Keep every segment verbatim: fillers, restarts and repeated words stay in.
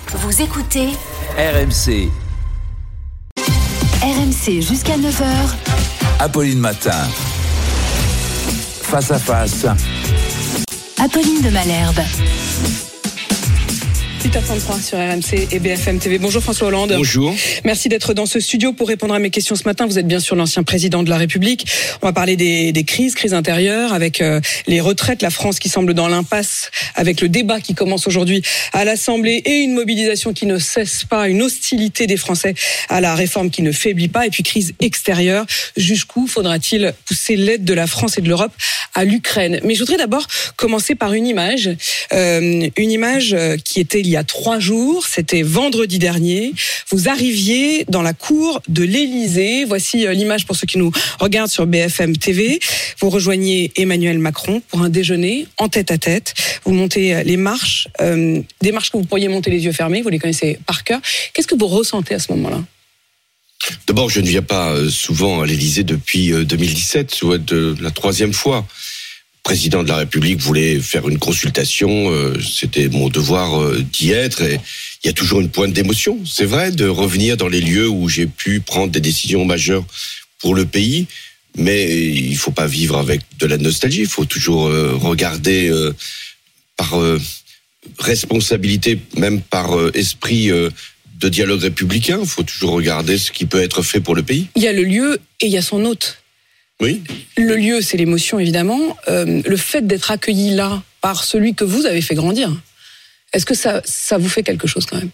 Vous écoutez R M C. R M C jusqu'à neuf heures. Apolline Matin. Face à face. Apolline de Malherbe. huit heures trente-trois sur R M C et B F M T V. Bonjour François Hollande. Bonjour. Merci d'être dans ce studio pour répondre à mes questions ce matin. Vous êtes bien sûr l'ancien président de la République. On va parler des, des crises, crises intérieures avec euh, les retraites, la France qui semble dans l'impasse avec le débat qui commence aujourd'hui à l'Assemblée et une mobilisation qui ne cesse pas, une hostilité des Français à la réforme qui ne faiblit pas et puis crise extérieure. Jusqu'où faudra-t-il pousser l'aide de la France et de l'Europe à l'Ukraine? Mais je voudrais d'abord commencer par une image, euh, une image qui était il y a trois jours, c'était vendredi dernier. Vous arriviez dans la cour de l'Élysée. Voici l'image pour ceux qui nous regardent sur B F M T V. Vous rejoignez Emmanuel Macron pour un déjeuner en tête-à-tête. Vous montez les marches, euh, des marches que vous pourriez monter les yeux fermés. Vous les connaissez par cœur. Qu'est-ce que vous ressentez à ce moment-là? D'abord, je ne viens pas souvent à l'Élysée depuis deux mille dix-sept, soit de la troisième fois. Le président de la République voulait faire une consultation, euh, c'était mon devoir euh, d'y être, et il y a toujours une pointe d'émotion, c'est vrai, de revenir dans les lieux où j'ai pu prendre des décisions majeures pour le pays, mais il ne faut pas vivre avec de la nostalgie, il faut toujours euh, regarder euh, par euh, responsabilité, même par euh, esprit euh, de dialogue républicain, il faut toujours regarder ce qui peut être fait pour le pays. Il y a le lieu et il y a son hôte. Oui. Le lieu, c'est l'émotion, évidemment. Euh, le fait d'être accueilli là, par celui que vous avez fait grandir, est-ce que ça, ça vous fait quelque chose quand même?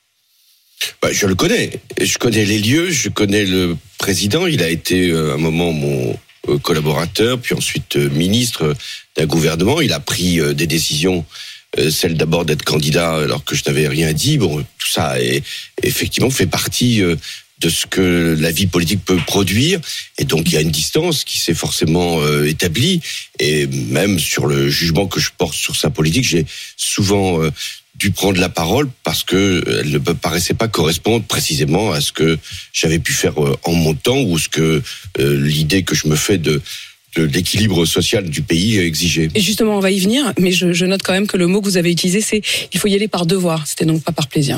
Bah, je le connais. Je connais les lieux, je connais le président. Il a été à un moment mon collaborateur, puis ensuite ministre d'un gouvernement. Il a pris des décisions, celle d'abord d'être candidat alors que je n'avais rien dit. Bon, tout ça est, effectivement fait partie de ce que la vie politique peut produire, et donc il y a une distance qui s'est forcément euh, établie, et même sur le jugement que je porte sur sa politique, j'ai souvent euh, dû prendre la parole parce que elle ne me paraissait pas correspondre précisément à ce que j'avais pu faire euh, en mon temps, ou ce que euh, l'idée que je me fais de de l'équilibre social du pays exigeait. Et justement, on va y venir, mais je, je note quand même que le mot que vous avez utilisé, c'est il faut y aller par devoir, c'était donc pas par plaisir.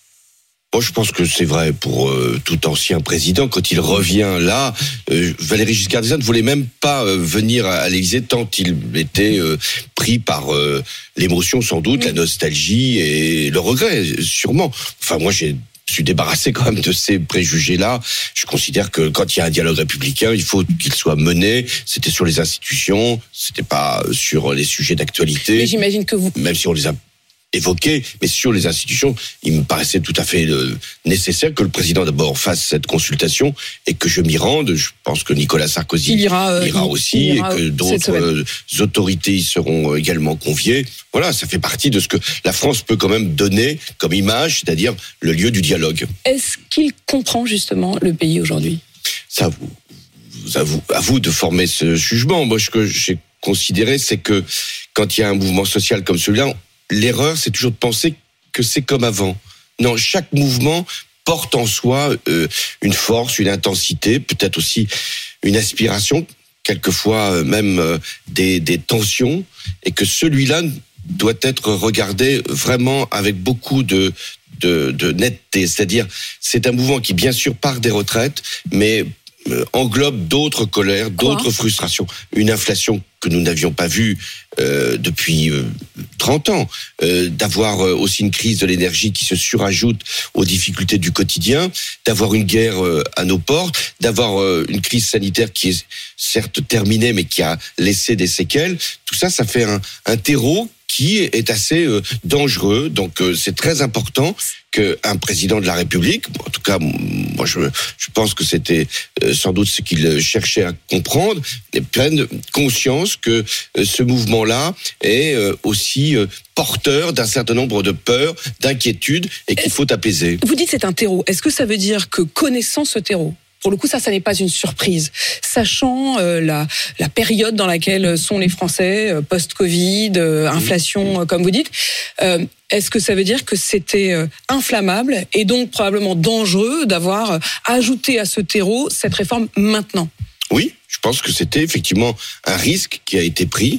Moi, je pense que c'est vrai pour euh, tout ancien président. Quand il revient là, euh, Valéry Giscard d'Estaing ne voulait même pas euh, venir à, à l'Élysée tant il était euh, pris par euh, l'émotion, sans doute, mmh. la nostalgie et le regret, sûrement. Enfin, moi, j'ai je suis débarrassé quand même de ces préjugés-là. Je considère que quand il y a un dialogue républicain, il faut qu'il soit mené. C'était sur les institutions, c'était pas sur les sujets d'actualité. Mais j'imagine que vous... Même si on les a évoqué, mais sur les institutions, il me paraissait tout à fait euh, nécessaire que le président d'abord fasse cette consultation et que je m'y rende. Je pense que Nicolas Sarkozy il ira, euh, ira il, aussi, il ira et que d'autres euh, autorités y seront également conviées. Voilà, ça fait partie de ce que la France peut quand même donner comme image, c'est-à-dire le lieu du dialogue. Est-ce qu'il comprend justement le pays aujourd'hui? Ça, vous, à vous, à vous de former ce jugement. Moi, ce que j'ai considéré, c'est que quand il y a un mouvement social comme celui-là, l'erreur, c'est toujours de penser que c'est comme avant. Non, chaque mouvement porte en soi euh, une force, une intensité, peut-être aussi une aspiration, quelquefois même euh, des, des tensions, et que celui-là doit être regardé vraiment avec beaucoup de, de, de netteté. C'est-à-dire, c'est un mouvement qui, bien sûr, part des retraites, mais euh, englobe d'autres colères, d'autres frustrations. Une inflation que nous n'avions pas vue euh, depuis euh, trente ans, euh, d'avoir euh, aussi une crise de l'énergie qui se surajoute aux difficultés du quotidien, d'avoir une guerre euh, à nos portes, d'avoir euh, une crise sanitaire qui est certes terminée mais qui a laissé des séquelles. Tout ça, ça fait un, un terreau qui est assez euh, dangereux. Donc euh, c'est très important qu'un président de la République, en tout cas moi je, je pense que c'était euh, sans doute ce qu'il cherchait à comprendre, prenne conscience que euh, ce mouvement-là est euh, aussi euh, porteur d'un certain nombre de peurs, d'inquiétudes, et qu'il faut apaiser. Vous dites c'est un terreau. Est-ce que ça veut dire que connaissant ce terreau, pour le coup, ça, ça n'est pas une surprise. Sachant euh, la, la période dans laquelle sont les Français, euh, post-Covid, euh, inflation, euh, comme vous dites, euh, est-ce que ça veut dire que c'était euh, inflammable et donc probablement dangereux d'avoir euh, ajouté à ce terreau cette réforme maintenant ? Oui, je pense que c'était effectivement un risque qui a été pris.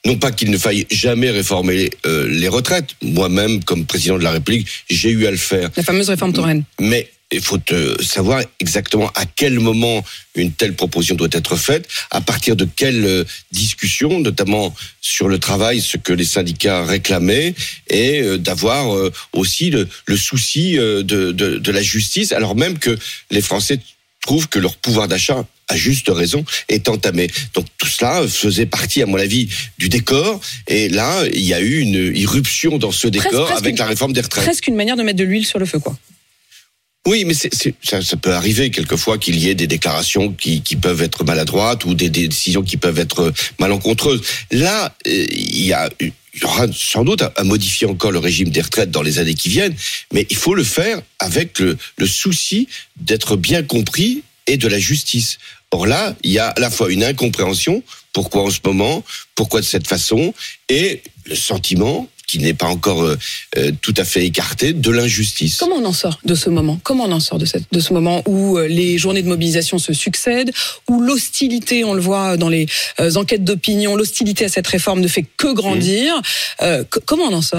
Non pas qu'il ne faille jamais réformer euh, les retraites. Moi-même, comme président de la République, j'ai eu à le faire. La fameuse réforme Touraine. Mais il faut euh, savoir exactement à quel moment une telle proposition doit être faite, à partir de quelle euh, discussion, notamment sur le travail, ce que les syndicats réclamaient, et euh, d'avoir euh, aussi le, le souci euh, de, de, de la justice, alors même que les Français trouvent que leur pouvoir d'achat, à juste raison, est entamé. Donc tout cela faisait partie, à mon avis, du décor. Et là, il y a eu une irruption dans ce décor presque, presque avec une, la réforme des retraites. Presque une manière de mettre de l'huile sur le feu, quoi. Oui, mais c'est, c'est, ça, ça peut arriver quelquefois qu'il y ait des déclarations qui, qui peuvent être maladroites ou des, des décisions qui peuvent être malencontreuses. Là, euh, il y a... Il y aura sans doute à modifier encore le régime des retraites dans les années qui viennent, mais il faut le faire avec le, le souci d'être bien compris et de la justice. Or là, il y a à la fois une incompréhension, pourquoi en ce moment, pourquoi de cette façon, et le sentiment qui n'est pas encore euh, euh, tout à fait écarté, de l'injustice. Comment on en sort de ce moment ? Comment on en sort de, cette, de ce moment où euh, les journées de mobilisation se succèdent, où l'hostilité, on le voit dans les euh, enquêtes d'opinion, l'hostilité à cette réforme ne fait que grandir. Mmh. Euh, c- comment on en sort ?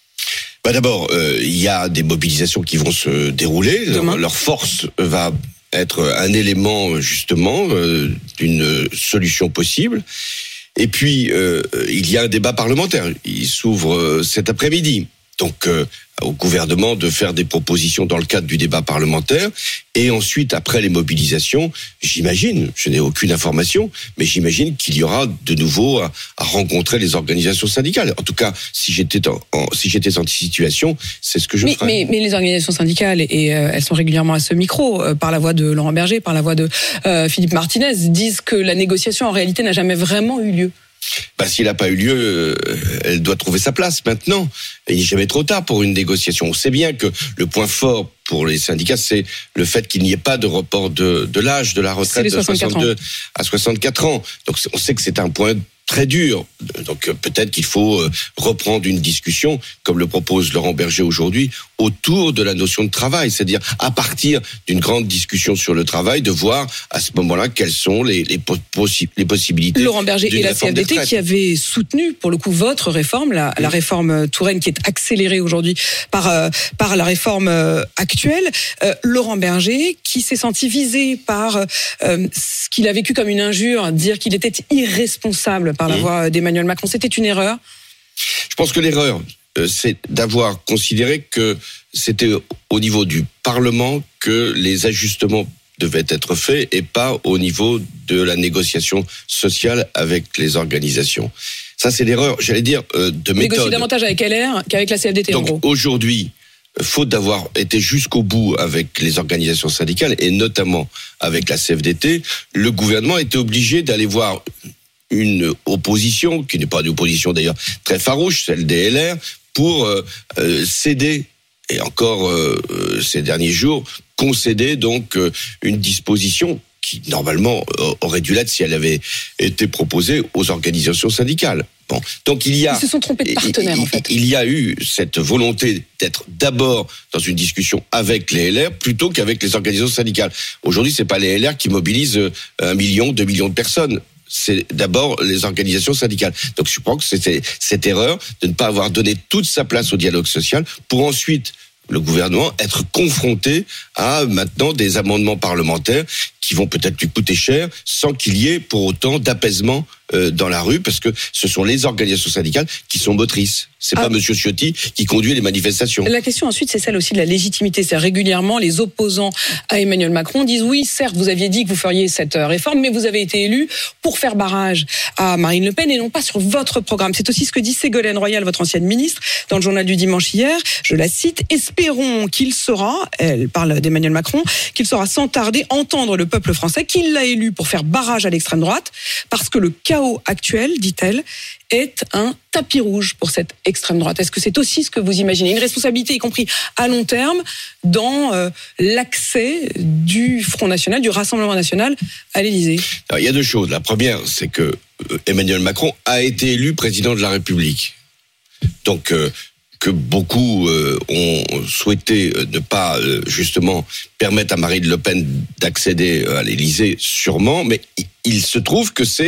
Bah d'abord, euh, il y a des mobilisations qui vont se dérouler. Leur, leur force va être un élément, justement, euh, d'une solution possible. Et puis, euh, il y a un débat parlementaire. Il s'ouvre euh, cet après-midi. Donc, euh, au gouvernement de faire des propositions dans le cadre du débat parlementaire. Et ensuite, après les mobilisations, j'imagine, je n'ai aucune information, mais j'imagine qu'il y aura de nouveau à, à rencontrer les organisations syndicales. En tout cas, si j'étais en, en, si j'étais en situation, c'est ce que je mais, ferais. Mais, mais les organisations syndicales, et, et euh, elles sont régulièrement à ce micro, euh, par la voix de Laurent Berger, par la voix de euh, Philippe Martinez, disent que la négociation, en réalité, n'a jamais vraiment eu lieu. Bah, s'il n'a pas eu lieu, euh, elle doit trouver sa place maintenant. Il n'est jamais trop tard pour une négociation. On sait bien que le point fort pour les syndicats, c'est le fait qu'il n'y ait pas de report de, de l'âge de la retraite de soixante-deux à soixante-quatre ans. Donc on sait que c'est un point très dur. Donc peut-être qu'il faut reprendre une discussion, comme le propose Laurent Berger aujourd'hui, autour de la notion de travail. C'est-à-dire, à partir d'une grande discussion sur le travail, de voir à ce moment-là quelles sont les, les, possi- les possibilités. Laurent Berger et la C F D T qui avaient soutenu, pour le coup, votre réforme, la, la réforme Touraine, qui est accélérée aujourd'hui par, euh, par la réforme euh, actuelle. Euh, Laurent Berger, qui s'est senti visé par euh, ce qu'il a vécu comme une injure, dire qu'il était irresponsable par la mmh. voix d'Emmanuel Macron. C'était une erreur ? Je pense que l'erreur, euh, c'est d'avoir considéré que c'était au niveau du Parlement que les ajustements devaient être faits et pas au niveau de la négociation sociale avec les organisations. Ça, c'est l'erreur, j'allais dire, euh, de méthode. Négocier davantage avec L R qu'avec la C F D T, donc, en gros. Aujourd'hui, faute d'avoir été jusqu'au bout avec les organisations syndicales, et notamment avec la C F D T, le gouvernement était obligé d'aller voir une opposition, qui n'est pas une opposition d'ailleurs très farouche, celle des L R, pour euh, euh, céder, et encore euh, ces derniers jours, concéder donc euh, une disposition qui normalement euh, aurait dû l'être si elle avait été proposée aux organisations syndicales. Bon, donc il y a, ils se sont trompés de partenaire, il, en fait. Il y a eu cette volonté d'être d'abord dans une discussion avec les L R plutôt qu'avec les organisations syndicales. Aujourd'hui, c'est pas les L R qui mobilisent un million, deux millions de personnes. C'est d'abord les organisations syndicales. Donc je pense que c'était cette erreur de ne pas avoir donné toute sa place au dialogue social pour ensuite le gouvernement être confronté à maintenant des amendements parlementaires qui vont peut-être lui coûter cher sans qu'il y ait pour autant d'apaisement euh, dans la rue, parce que ce sont les organisations syndicales qui sont motrices. C'est ah. pas Monsieur Ciotti qui conduit les manifestations. La question ensuite, c'est celle aussi de la légitimité. C'est régulièrement les opposants à Emmanuel Macron disent oui, certes, vous aviez dit que vous feriez cette réforme, mais vous avez été élu pour faire barrage à Marine Le Pen et non pas sur votre programme. C'est aussi ce que dit Ségolène Royal, votre ancienne ministre, dans le journal du dimanche hier. Je la cite: espérons qu'il saura, elle parle d'Emmanuel Macron, qu'il saura sans tarder entendre le peuple français, qu'il l'a élu pour faire barrage à l'extrême droite, parce que le chaos actuel, dit-elle, est un tapis rouge pour cette extrême droite. Est-ce que c'est aussi ce que vous imaginez ? Une responsabilité, y compris à long terme, dans euh, l'accès du Front National, du Rassemblement National à l'Élysée ? Alors, il y a deux choses. La première, c'est que Emmanuel Macron a été élu président de la République. Donc, euh, que beaucoup euh, ont souhaité euh, ne pas euh, justement permettre à Marine Le Pen d'accéder à l'Élysée, sûrement, mais il se trouve que c'est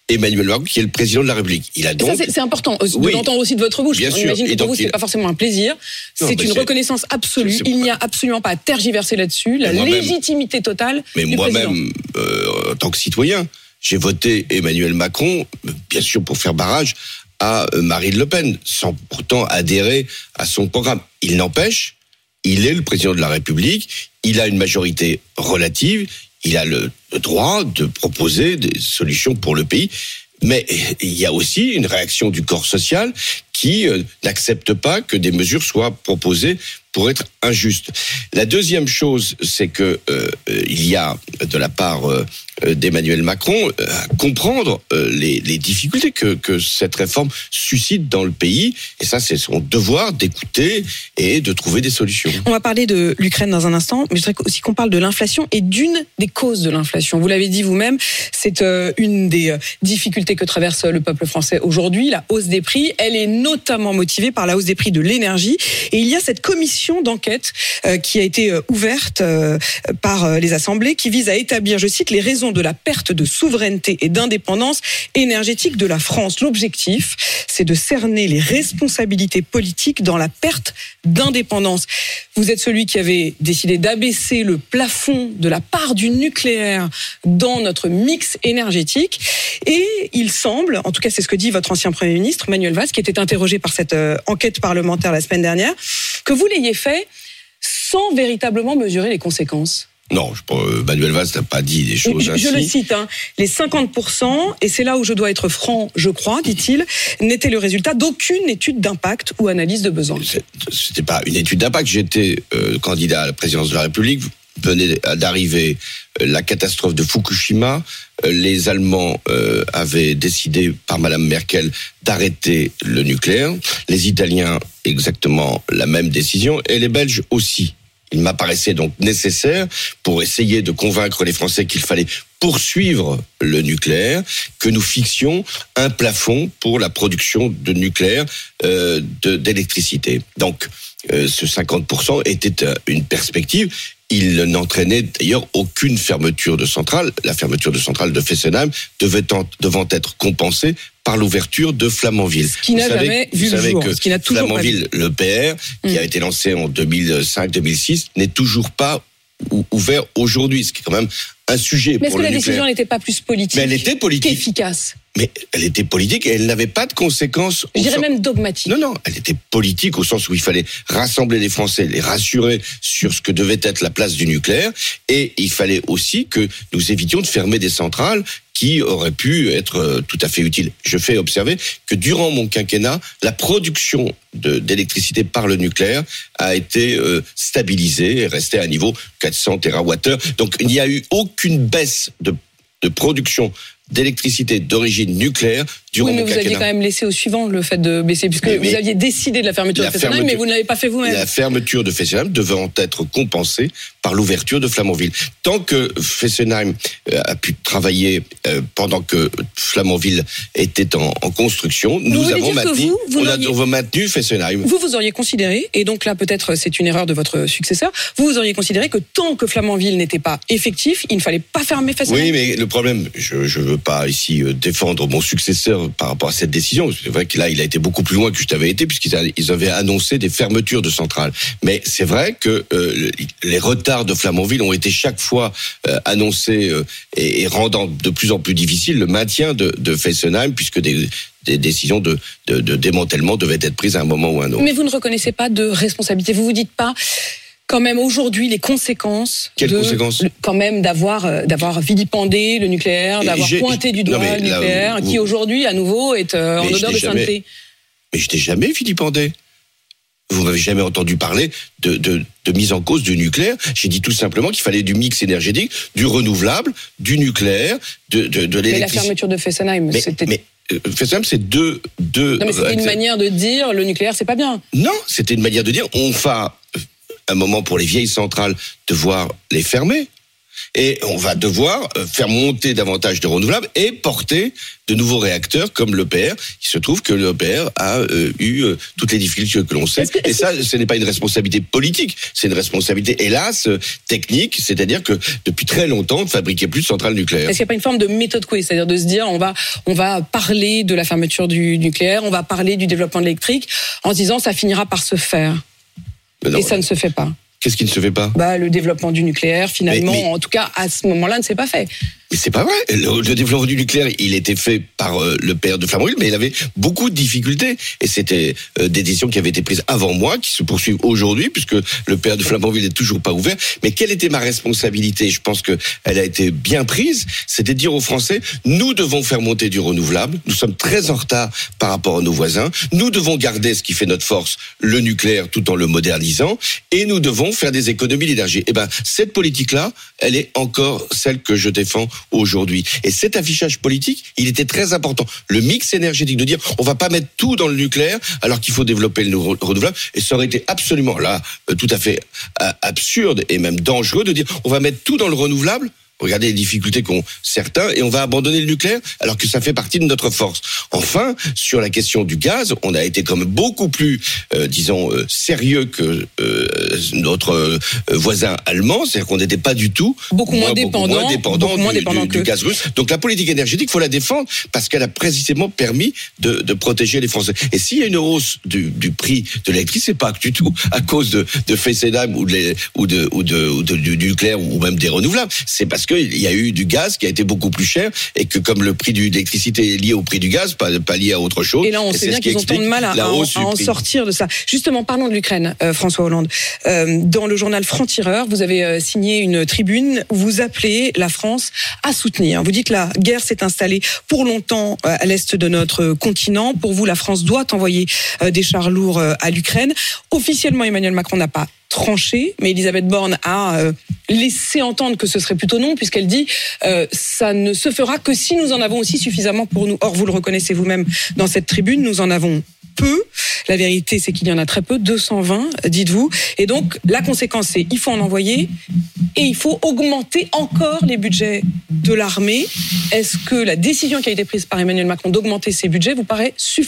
Emmanuel Macron, qui est le président de la République. Il a donc... Ça, c'est, c'est important de Oui. l'entendre aussi de votre bouche. Bien On sûr. imagine que Et pour donc, vous, c'est il- pas forcément un plaisir. Non, c'est mais une c'est- reconnaissance absolue. c'est- c'est- Il n'y a absolument pas à tergiverser là-dessus. La Mais moi-même- légitimité totale Mais du président. moi-même, euh, en tant que citoyen, j'ai voté Emmanuel Macron, bien sûr pour faire barrage à euh, Marine Le Pen, sans pourtant adhérer à son programme. Il n'empêche, il est le président de la République, il a une majorité relative, il a le, le droit de proposer des solutions pour le pays. Mais il y a aussi une réaction du corps social qui euh, n'accepte pas que des mesures soient proposées pour être injustes. La deuxième chose, c'est que euh, il y a de la part euh, d'Emmanuel Macron euh, à comprendre euh, les, les difficultés que, que cette réforme suscite dans le pays. Et ça, c'est son devoir d'écouter et de trouver des solutions. On va parler de l'Ukraine dans un instant, mais je voudrais aussi qu'on parle de l'inflation et d'une des causes de l'inflation. Vous l'avez dit vous-même, c'est euh, une des euh, difficultés que traverse le peuple français aujourd'hui, la hausse des prix. Elle est notamment motivée par la hausse des prix de l'énergie. Et il y a cette commission d'enquête euh, qui a été euh, ouverte euh, par euh, les assemblées, qui vise à établir, je cite, les raisons de la perte de souveraineté et d'indépendance énergétique de la France. L'objectif, c'est de cerner les responsabilités politiques dans la perte d'indépendance. Vous êtes celui qui avait décidé d'abaisser le plafond de la part du nucléaire dans notre mix énergétique. Et il semble, en tout cas c'est ce que dit votre ancien Premier ministre, Manuel Valls, qui était interrogé par cette euh, enquête parlementaire la semaine dernière, que vous l'ayez fait sans véritablement mesurer les conséquences. Non, je, euh, Manuel Valls n'a pas dit des choses Je, ainsi. je le cite, hein, les cinquante pour cent, et c'est là où je dois être franc, je crois, dit-il, n'était le résultat d'aucune étude d'impact ou analyse de besoin. C'est- C'était pas une étude d'impact. J'étais euh, candidat à la présidence de la République. Venait d'arriver euh, la catastrophe de Fukushima. Euh, les Allemands euh, avaient décidé par Madame Merkel d'arrêter le nucléaire. Les Italiens, exactement la même décision. Et les Belges aussi. Il m'apparaissait donc nécessaire, pour essayer de convaincre les Français qu'il fallait poursuivre le nucléaire, que nous fixions un plafond pour la production de nucléaire, euh, de, d'électricité. Donc, euh, ce cinquante pour cent était euh, une perspective. Il n'entraînait d'ailleurs aucune fermeture de centrale. La fermeture de centrale de Fessenheim devait en, devant être compensée par l'ouverture de Flamanville. Ce qui n'a jamais vu vous le savez jour, que ce qui n'a toujours pas vu. Flamanville, le P R, qui Mm. a été lancé en deux mille cinq deux mille six, n'est toujours pas ou- ouvert aujourd'hui, ce qui est quand même un sujet Mais est-ce pour que le la nucléaire. décision n'était pas plus politique Mais elle était politique. qu'efficace? Mais elle était politique et elle n'avait pas de conséquences. Je au dirais sens- même dogmatique. Non, non, elle était politique au sens où il fallait rassembler les Français, les rassurer sur ce que devait être la place du nucléaire, et il fallait aussi que nous évitions de fermer des centrales qui auraient pu être euh, tout à fait utiles. Je fais observer que durant mon quinquennat, la production de, d'électricité par le nucléaire a été euh, stabilisée et restée à un niveau quatre cents térawattheures. Donc il n'y a eu aucune baisse de, de production d'électricité d'origine nucléaire durant Oui, mais mon vous aviez quinquennat. quand même laissé au suivant le fait de baisser, puisque Mais- vous mais- aviez décidé de la fermeture La de Fessenheim, mais fermeture- vous ne l'avez pas fait vous-même. La fermeture de Fessenheim devant être compensée par l'ouverture de Flamanville. Tant que Fessenheim euh, a pu travailler euh, pendant que Flamanville était en, en construction, nous voulez avons dire que maintenu, vous, vous on a, n'auriez- on a maintenu Fessenheim. Vous, vous auriez considéré, et donc là peut-être c'est une erreur de votre successeur, vous, vous auriez considéré que tant que Flamanville n'était pas effectif, il ne fallait pas fermer Fessenheim. Oui, mais le problème, je ne veux pas ici euh, défendre mon successeur par rapport à cette décision. C'est vrai que là, il a été beaucoup plus loin que je t'avais été, puisqu'ils a- ils avaient annoncé des fermetures de centrales. Mais c'est vrai que euh, les retards de Flamanville ont été chaque fois euh, annoncés euh, et, et rendant de plus en plus difficile le maintien de, de Fessenheim, puisque des, des décisions de, de, de démantèlement devaient être prises à un moment ou à un autre. Mais vous ne reconnaissez pas de responsabilité. Vous vous dites pas, quand même aujourd'hui, les conséquences. Quelles de, conséquences le- Quand même d'avoir euh, d'avoir vilipendé le nucléaire, Et d'avoir j'ai- pointé du doigt non, mais le là, nucléaire, vous- qui aujourd'hui, à nouveau, est euh, en Mais je odeur n'ai de jamais- sainteté. Mais je n'ai jamais vilipendé. Vous m'avez jamais entendu parler de, de, de mise en cause du nucléaire. J'ai dit tout simplement qu'il fallait du mix énergétique, du renouvelable, du nucléaire, de, de, de Mais la l'électricité. fermeture de Fessenheim, Mais, c'était. mais euh, Fessenheim, c'est deux, deux. Non, mais c'était une manière de dire le nucléaire, c'est pas bien. Non, c'était une manière de dire on va, euh, un moment pour les vieilles centrales, devoir les fermer. Et on va devoir faire monter davantage de renouvelables et porter de nouveaux réacteurs comme l'E P R. Il se trouve que l'E P R a euh, eu euh, toutes les difficultés que l'on sait. Est-ce que, est-ce et ça, ce n'est pas une responsabilité politique, c'est une responsabilité, hélas, euh, technique. C'est-à-dire que depuis très longtemps, on ne fabriquait plus de centrales nucléaires. Est-ce qu'il n'y a pas une forme de méthode couée, c'est-à-dire de se dire on va on va parler de la fermeture du nucléaire, on va parler du développement de l'électrique, en se disant ça finira par se faire. Non, et ça ne se fait pas. Qu'est-ce qui ne se fait pas ? Bah, le développement du nucléaire, finalement, mais, mais, en tout cas, à ce moment-là, ne s'est pas fait. Mais c'est pas vrai. Le, le développement du nucléaire, il était fait par euh, le père de Flamanville, mais il avait beaucoup de difficultés. Et c'était euh, des décisions qui avaient été prises avant moi, qui se poursuivent aujourd'hui, puisque le père de Flamanville n'est toujours pas ouvert. Mais quelle était ma responsabilité ? Je pense que elle a été bien prise. C'était de dire aux Français, nous devons faire monter du renouvelable. Nous sommes très en retard par rapport à nos voisins. Nous devons garder ce qui fait notre force, le nucléaire, tout en le modernisant. Et nous devons faire des économies d'énergie. Et ben, cette politique-là, elle est encore celle que je défends aujourd'hui. Et cet affichage politique, il était très important. Le mix énergétique, de dire on va pas mettre tout dans le nucléaire alors qu'il faut développer le renouvelable. Et ça aurait été absolument là tout à fait absurde et même dangereux de dire on va mettre tout dans le renouvelable. Regardez les difficultés qu'ont certains et on va abandonner le nucléaire alors que ça fait partie de notre force. Enfin, sur la question du gaz, on a été quand même beaucoup plus, euh, disons, euh, sérieux que euh, notre euh, voisin allemand. C'est-à-dire qu'on n'était pas du tout beaucoup moins, moins dépendant, beaucoup moins dépendant, beaucoup moins du, dépendant du, que... du gaz russe. Donc la politique énergétique, il faut la défendre parce qu'elle a précisément permis de, de protéger les Français. Et s'il y a une hausse du, du prix de l'électricité, c'est pas du tout à cause de, de Fessenheim ou, de les, ou, de, ou, de, ou de, du nucléaire ou même des renouvelables. C'est parce qu'il y a eu du gaz qui a été beaucoup plus cher et que comme le prix de l'électricité est lié au prix du gaz, pas, pas lié à autre chose. Et là, on sait bien qu'ils ont tant de mal à, à, en, à en sortir de ça. Justement, parlons de l'Ukraine, euh, François Hollande. Euh, dans le journal Franc-Tireur, vous avez euh, signé une tribune où vous appelez la France à soutenir. Vous dites que la guerre s'est installée pour longtemps euh, à l'est de notre continent. Pour vous, la France doit envoyer euh, des chars lourds euh, à l'Ukraine. Officiellement, Emmanuel Macron n'a pas tranché, mais Elisabeth Borne a euh, laissé entendre que ce serait plutôt non, puisqu'elle dit euh, ça ne se fera que si nous en avons aussi suffisamment pour nous. Or, vous le reconnaissez vous-même dans cette tribune, nous en avons peu. La vérité, c'est qu'il y en a très peu, deux cent vingt, dites-vous. Et donc, la conséquence, c'est il faut en envoyer et il faut augmenter encore les budgets de l'armée. Est-ce que la décision qui a été prise par Emmanuel Macron d'augmenter ces budgets vous paraît suffisante ?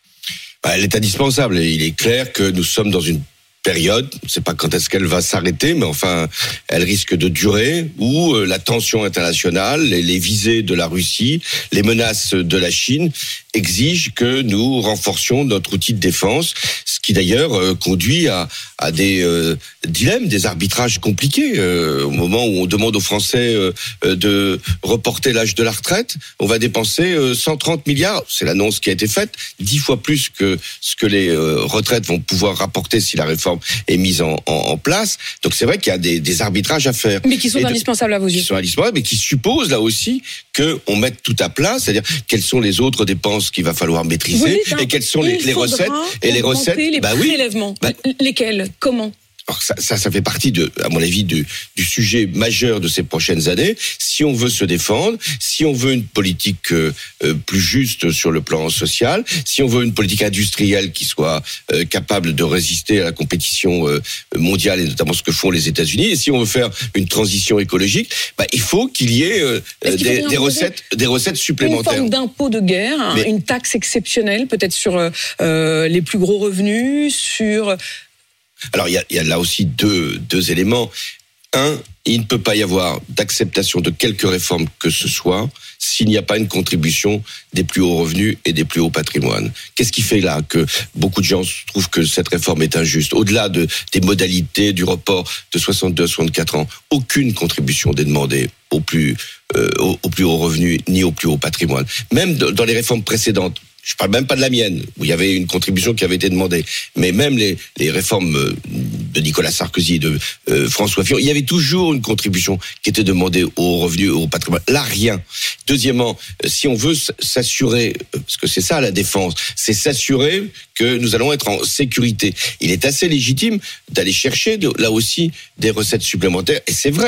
Elle est indispensable et il est clair que nous sommes dans une période, on ne sait pas quand est-ce qu'elle va s'arrêter, mais enfin, elle risque de durer, où euh, la tension internationale, les, les visées de la Russie, les menaces de la Chine exigent que nous renforcions notre outil de défense, ce qui d'ailleurs euh, conduit à, à des euh, dilemmes, des arbitrages compliqués. Euh, au moment où on demande aux Français euh, de reporter l'âge de la retraite, on va dépenser euh, cent trente milliards, c'est l'annonce qui a été faite, dix fois plus que ce que les euh, retraites vont pouvoir rapporter si la réforme est mise en, en, en place. Donc c'est vrai qu'il y a des, des arbitrages à faire. Mais qui sont de, indispensables à vos yeux. Qui sont indispensables, mais qui supposent là aussi qu'on mette tout à plat, c'est-à-dire quelles sont les autres dépenses qu'il va falloir maîtriser dites, hein, et quelles sont les, les recettes et les recettes. Les bah prélèvements. Oui, bah, lesquels ? Comment ? Alors ça, ça, ça fait partie de, à mon avis, du, du sujet majeur de ces prochaines années. Si on veut se défendre, si on veut une politique euh, plus juste sur le plan social, si on veut une politique industrielle qui soit euh, capable de résister à la compétition euh, mondiale et notamment ce que font les États-Unis, et si on veut faire une transition écologique, bah, il faut qu'il y ait euh, des, des recettes, des recettes supplémentaires. Une forme d'impôt de guerre, Mais, une taxe exceptionnelle, peut-être sur euh, les plus gros revenus, sur Alors, il y a, y a là aussi deux, deux éléments. Un, il ne peut pas y avoir d'acceptation de quelque réforme que ce soit s'il n'y a pas une contribution des plus hauts revenus et des plus hauts patrimoines. Qu'est-ce qui fait là que beaucoup de gens trouvent que cette réforme est injuste ? Au-delà de, des modalités du report de soixante-deux à soixante-quatre ans, aucune contribution n'est demandée aux plus, euh, aux, aux plus hauts revenus ni aux plus hauts patrimoines. Même dans les réformes précédentes, je parle même pas de la mienne, où il y avait une contribution qui avait été demandée. Mais même les, les réformes de Nicolas Sarkozy et de euh, François Fillon, il y avait toujours une contribution qui était demandée aux revenus, au patrimoine. Là, rien. Deuxièmement, si on veut s'assurer, parce que c'est ça la défense, c'est s'assurer que nous allons être en sécurité. Il est assez légitime d'aller chercher, de, là aussi, des recettes supplémentaires. Et c'est vrai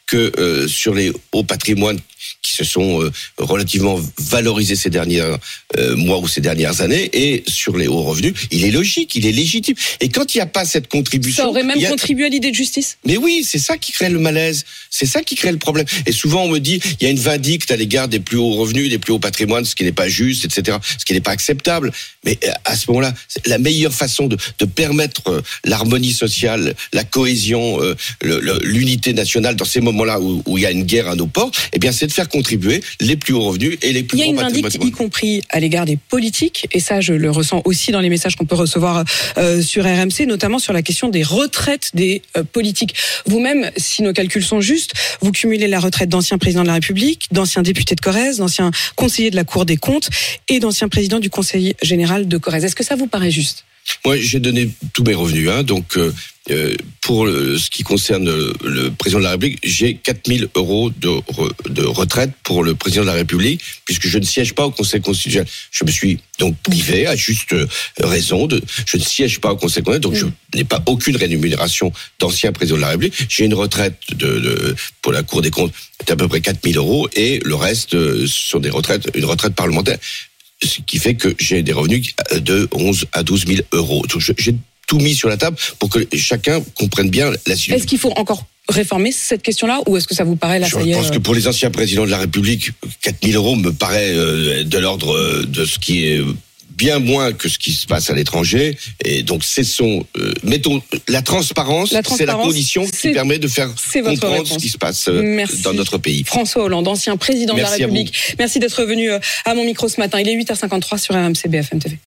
que euh, sur les hauts patrimoines qui se sont euh, relativement valorisés ces derniers euh, mois ou ces dernières années, et sur les hauts revenus, il est logique, il est légitime. Et quand il n'y a pas cette contribution... Ça aurait même il y a... contribué à l'idée de justice ? Mais oui, c'est ça qui crée le malaise, c'est ça qui crée le problème. Et souvent on me dit, il y a une vindicte à l'égard des plus hauts revenus, des plus hauts patrimoines, ce qui n'est pas juste, et cetera, ce qui n'est pas acceptable. Mais à ce moment-là, la meilleure façon de, de permettre l'harmonie sociale, la cohésion, euh, le, le, l'unité nationale dans ces moments-là où, où il y a une guerre à nos portes, eh bien c'est de faire contribuer les plus hauts revenus et les plus gros patrimoines. Il y a une vindicte, y compris à l'égard des politiques, et ça je le ressens aussi dans les messages qu'on peut recevoir euh, sur R M C, notamment sur la question des retraites des euh, politiques. Vous-même, si nos calculs sont justes, vous cumulez la retraite d'anciens présidents de la République, d'anciens députés de Corrèze, d'anciens conseillers de la Cour des comptes et d'anciens présidents du Conseil général de Corrèze. Est-ce que ça vous paraît juste ? Moi, j'ai donné tous mes revenus, hein, donc euh, pour le, ce qui concerne le, le président de la République, j'ai quatre mille euros de, re, de retraite pour le président de la République, puisque je ne siège pas au Conseil constitutionnel. Je me suis donc privé, à juste raison, de, je ne siège pas au Conseil constitutionnel, donc je n'ai pas aucune rémunération d'ancien président de la République. J'ai une retraite de, de, pour la Cour des comptes d'à peu près quatre mille euros, et le reste euh, sont des retraites, une retraite parlementaire. Ce qui fait que j'ai des revenus de onze à douze mille euros. Donc j'ai tout mis sur la table pour que chacun comprenne bien la situation. Est-ce qu'il faut encore réformer cette question-là, ou est-ce que ça vous paraît là, Je ça y est, pense euh... que pour les anciens présidents de la République, quatre mille euros me paraît euh, de l'ordre de ce qui est bien moins que ce qui se passe à l'étranger, et donc cessons, euh, mettons la transparence, la transparence, c'est la condition qui permet de faire comprendre réponse. ce qui se passe euh, dans notre pays. François Hollande, ancien président Merci de la République. Merci d'être venu à mon micro ce matin. Il est huit heures cinquante-trois sur R M C B F M T V.